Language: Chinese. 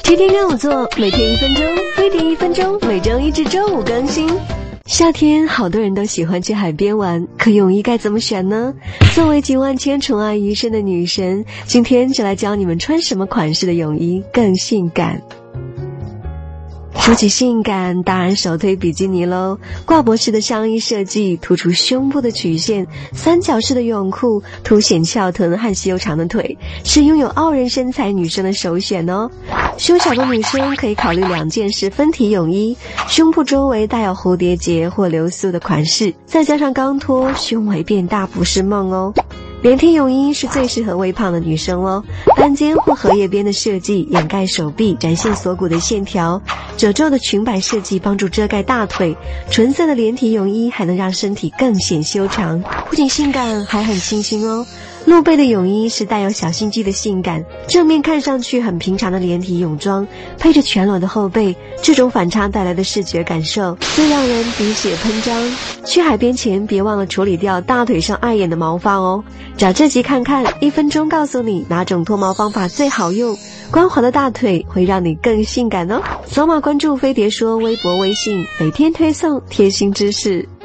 天天跟我做，每天1分钟，飞碟1分钟，每周1至周5更新。夏天好多人都喜欢去海边玩，可泳衣该怎么选呢？作为集万千宠爱于一身的女神，今天就来教你们穿什么款式的泳衣更性感。说起性感，当然首推比基尼咯。挂脖式的上衣设计，突出胸部的曲线，三角式的泳裤凸显翘臀和修长的腿，是拥有傲人身材女生的首选哦。胸小的女生可以考虑2件式分体泳衣，胸部周围带有蝴蝶结或流苏的款式，再加上钢托，胸围变大不是梦哦。连体泳衣是最适合微胖的女生咯，单肩或荷叶边的设计掩盖手臂，展现锁骨的线条，褶皱的裙摆设计帮助遮盖大腿，纯色的连体泳衣还能让身体更显修长，不仅性感还很清新哦。露背的泳衣是带有小心机的性感，正面看上去很平常的连体泳装，配着全裸的后背，这种反差带来的视觉感受最让人鼻血喷张。去海边前别忘了处理掉大腿上碍眼的毛发哦。找这集看看，1分钟告诉你哪种脱毛方法最好用，光滑的大腿会让你更性感哦。扫码关注飞碟说微博微信，每天推送贴心知识。